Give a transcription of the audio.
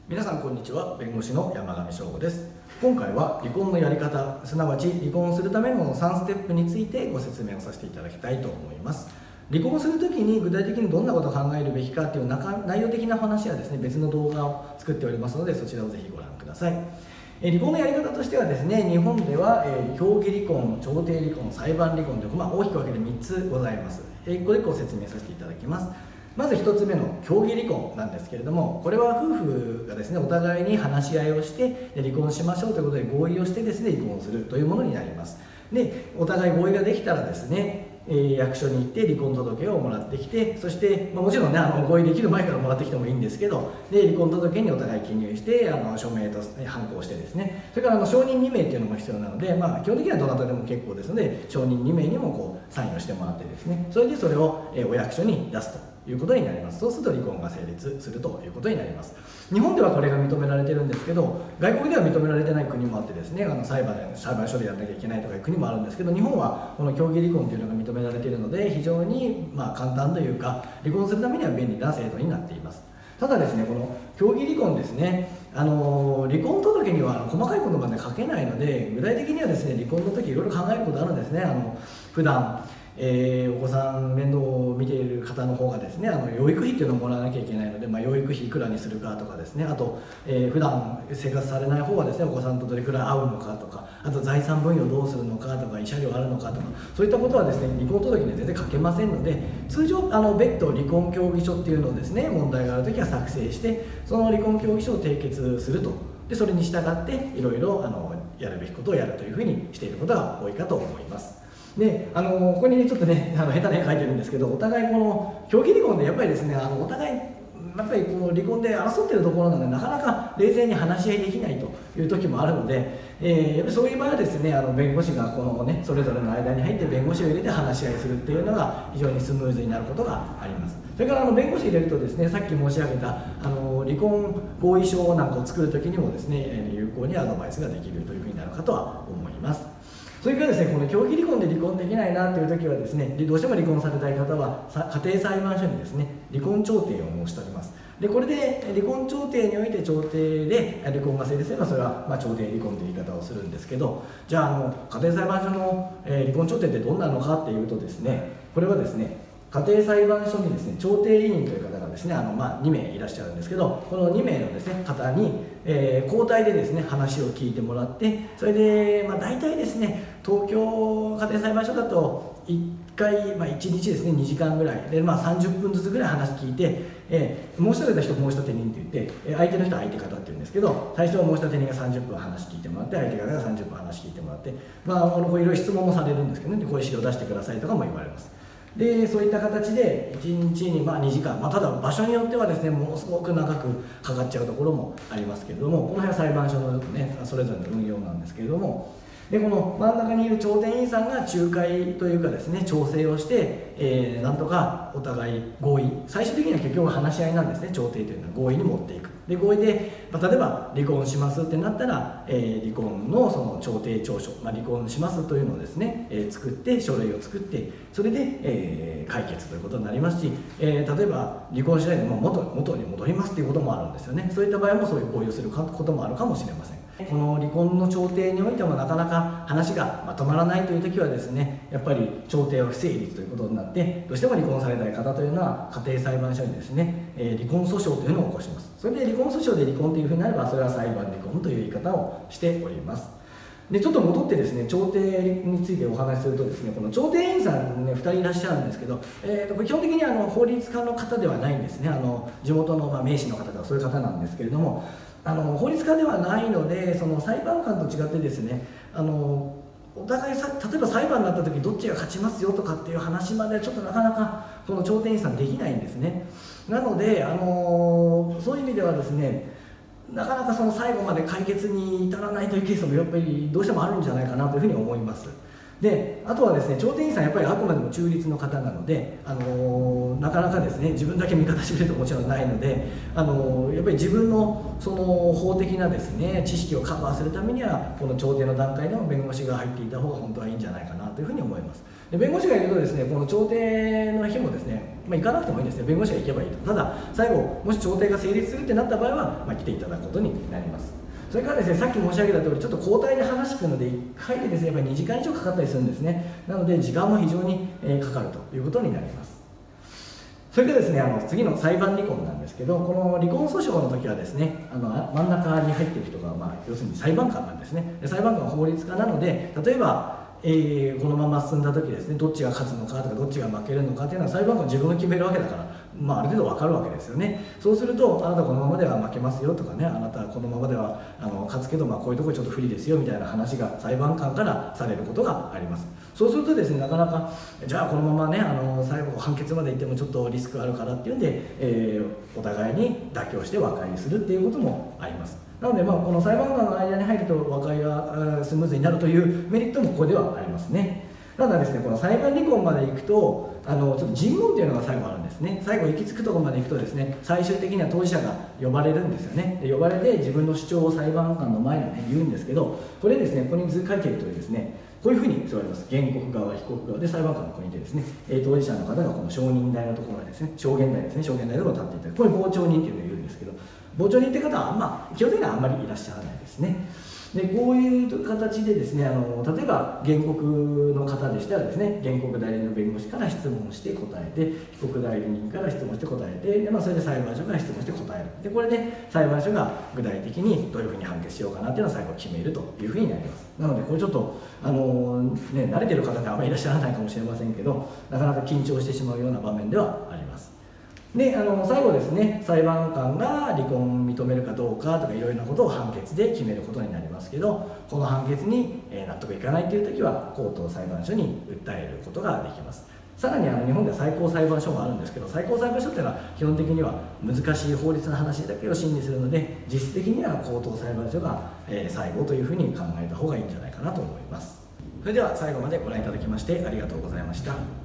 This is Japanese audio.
皆さんこんにちは。弁護士の山上翔吾です。今回は離婚のやり方、すなわち離婚するための3ステップについてご説明をさせていただきたいと思います。離婚するときに具体的にどんなことを考えるべきかという内容的な話はですね、別の動画を作っておりますので、そちらをぜひご覧ください。離婚のやり方としてはですね、日本では協議離婚、調停離婚、裁判離婚という、大きく分けて3つございます。1個1個説明させていただきます。まず1つ目の協議離婚なんですけれども、これは夫婦がですね、お互いに話し合いをして離婚しましょうということで合意をしてですね、離婚するというものになります。で、お互い合意ができたらですね、役所に行って離婚届をもらってきて、そして、もちろんね、合意できる前からもらってきてもいいんですけど、で離婚届にお互い記入して署名と判行してですね、それから証人2名っていうのも必要なので、基本的にはどなたでも結構ですので、証人2名にもサインをしてもらってですね、それでそれをお役所に出すということになります。そうすると離婚が成立するということになります。日本ではこれが認められてるんですけど、外国では認められてない国もあってですね、裁判所でやらなきゃいけないとかいう国もあるんですけど、日本はこの協議離婚というのが認められているので、非常に簡単というか、離婚するためには便利な制度になっています。ただですね、この協議離婚ですね、離婚届には細かいことまで書けないので、具体的にはですね、離婚の時いろいろ考えることあるんですね。普段お子さん面倒を見ている方の方がですね、養育費っていうのをもらわなきゃいけないので、養育費いくらにするかとかですね、あと、普段生活されない方はですね、お子さんとどれくらい会うのかとか、あと財産分与どうするのかとか、慰謝料あるのかとか、そういったことはですね、離婚届には全然書けませんので、通常別途離婚協議書っていうのをですね、問題があるときは作成して、その離婚協議書を締結すると。でそれに従っていろいろやるべきことをやるというふうにしていることが多いかと思います。でここにちょっとね下手な絵描いてるんですけど、お互いこの協議離婚でやっぱりですね、お互いやっぱりこの離婚で争っているところなので、なかなか冷静に話し合いできないという時もあるので、やっぱりそういう場合はですね、弁護士がこの、それぞれの間に入って弁護士を入れて話し合いするっていうのが非常にスムーズになることがあります。それから弁護士入れるとですね、さっき申し上げた離婚合意書なんかを作る時にもですね、有効にアドバイスができるというふうになるかとは思います。それからですね、この協議離婚で離婚できないなという時はですね、どうしても離婚されたい方は家庭裁判所にですね、離婚調停を申し立てます。でこれで離婚調停において調停で離婚が成立すれば、それは調停離婚という言い方をするんですけど、じゃあ家庭裁判所の離婚調停ってどんなのかっていうとですね、これはですね、家庭裁判所にですね、調停委員という方がですね、2名いらっしゃるんですけど、この2名のですね方に、交代でですね話を聞いてもらって、それで大体ですね、東京家庭裁判所だと1回、1日ですね2時間ぐらいで、30分ずつぐらい話聞いて、申し立てた人申し立て人って言って、相手の人は相手方って言うんですけど、最初は申し立て人が30分話聞いてもらって、相手方が30分話聞いてもらって、いろいろ質問もされるんですけどね、こういう資料出してくださいとかも言われます。でそういった形で1日に2時間、ただ場所によってはですね、ものすごく長くかかっちゃうところもありますけれども、この辺は裁判所の、それぞれの運用なんですけれども、でこの真ん中にいる調停委員さんが仲介というかですね、調整をして、なんとかお互い合意、最終的には結局話し合いなんですね。調停というのは合意に持っていく。で合意で、例えば離婚しますってなったら、離婚のその調停調書、離婚しますというのをですね、作って書類を作って、それで、解決ということになりますし、例えば離婚しないで元に戻りますっていうこともあるんですよね。そういった場合もそういう合意をすることもあるかもしれません。この離婚の調停においてもなかなか話がまとまらないという時はですね、やっぱり調停は不成立ということになって、どうしても離婚されたい方というのは家庭裁判所にですね、離婚訴訟というのを起こします。それで離婚訴訟で離婚というふうになれば、それは裁判離婚という言い方をしております。でちょっと戻ってですね、調停についてお話しするとですね、この調停委員さんね、2人いらっしゃるんですけど、これ基本的に法律家の方ではないんですね。地元の名士の方とかそういう方なんですけれども、法律家ではないので、その裁判官と違ってですね、お互い例えば裁判になった時どっちが勝ちますよとかっていう話まではちょっとなかなかこの調停委員さんできないんですね。なので、そういう意味ではですね、なかなかその最後まで解決に至らないというケースもやっぱりどうしてもあるんじゃないかなというふうに思います。であとはですね、調停委員さんやっぱりあくまでも中立の方なので、なかなかですね、自分だけ味方してくれるともちろんないので、やっぱり自分のその法的なですね知識をカバーするためには、この調停の段階でも弁護士が入っていた方が本当はいいんじゃないかなというふうに思います。で弁護士がいるとですね、この調停の日もですね、 行かなくてもいいんですね。弁護士が行けばいいと。ただ最後もし調停が成立するってなった場合は、来ていただくことになります。それからですね、さっき申し上げた通り、ちょっと交代で話聞くので、1回でですね、やっぱり2時間以上かかったりするんですね。なので、時間も非常にかかるということになります。それでですね、次の裁判離婚なんですけど、この離婚訴訟の時はですね、真ん中に入っている人が、要するに裁判官なんですね。で裁判官は法律家なので、例えば、このまま進んだ時ですね、どっちが勝つのかとかどっちが負けるのかっていうのは裁判官は自分が決めるわけだから、ある程度分かるわけですよね。そうすると、あなたこのままでは負けますよとかね、あなたこのままでは勝つけど、こういうところちょっと不利ですよみたいな話が裁判官からされることがあります。そうするとですね、なかなかじゃあこのままね、最後判決まで行ってもちょっとリスクあるからっていうんで、お互いに妥協して和解にするっていうこともあります。なので、この裁判官の間に入ると和解がスムーズになるというメリットもここではありますね。ただですね、この裁判離婚まで行くと、ちょっと尋問というのが最後あるんですね。最後行き着くところまで行くとですね、最終的には当事者が呼ばれるんですよね。で呼ばれて自分の主張を裁判官の前に、言うんですけど、これですね、ここに図書いているとおりですね、こういうふうに座ります。原告側、被告側で裁判官のここにいてですね、当事者の方がこの証人台のところにですね、証言台ですね、証言台のところに立っていただく。これ傍聴人というのを言うんですけど、傍聴人って方は基本的にはあんまりいらっしゃらないですね。でこういう形でですね、例えば原告の方でしたらですね、原告代理人の弁護士から質問して答えて、被告代理人から質問して答えて、でそれで裁判所から質問して答える。でこれで裁判所が具体的にどういうふうに判決しようかなっていうのを最後決めるというふうになります。なのでこれちょっと慣れてる方であんまりいらっしゃらないかもしれませんけど、なかなか緊張してしまうような場面ではあります。で最後ですね、裁判官が離婚を認めるかどうかとかいろいろなことを判決で決めることになりますけど、この判決に納得いかないという時は高等裁判所に訴えることができます。さらに日本では最高裁判所もあるんですけど、最高裁判所っていうのは基本的には難しい法律の話だけを審理するので、実質的には高等裁判所が最後というふうに考えた方がいいんじゃないかなと思います。それでは最後までご覧いただきましてありがとうございました。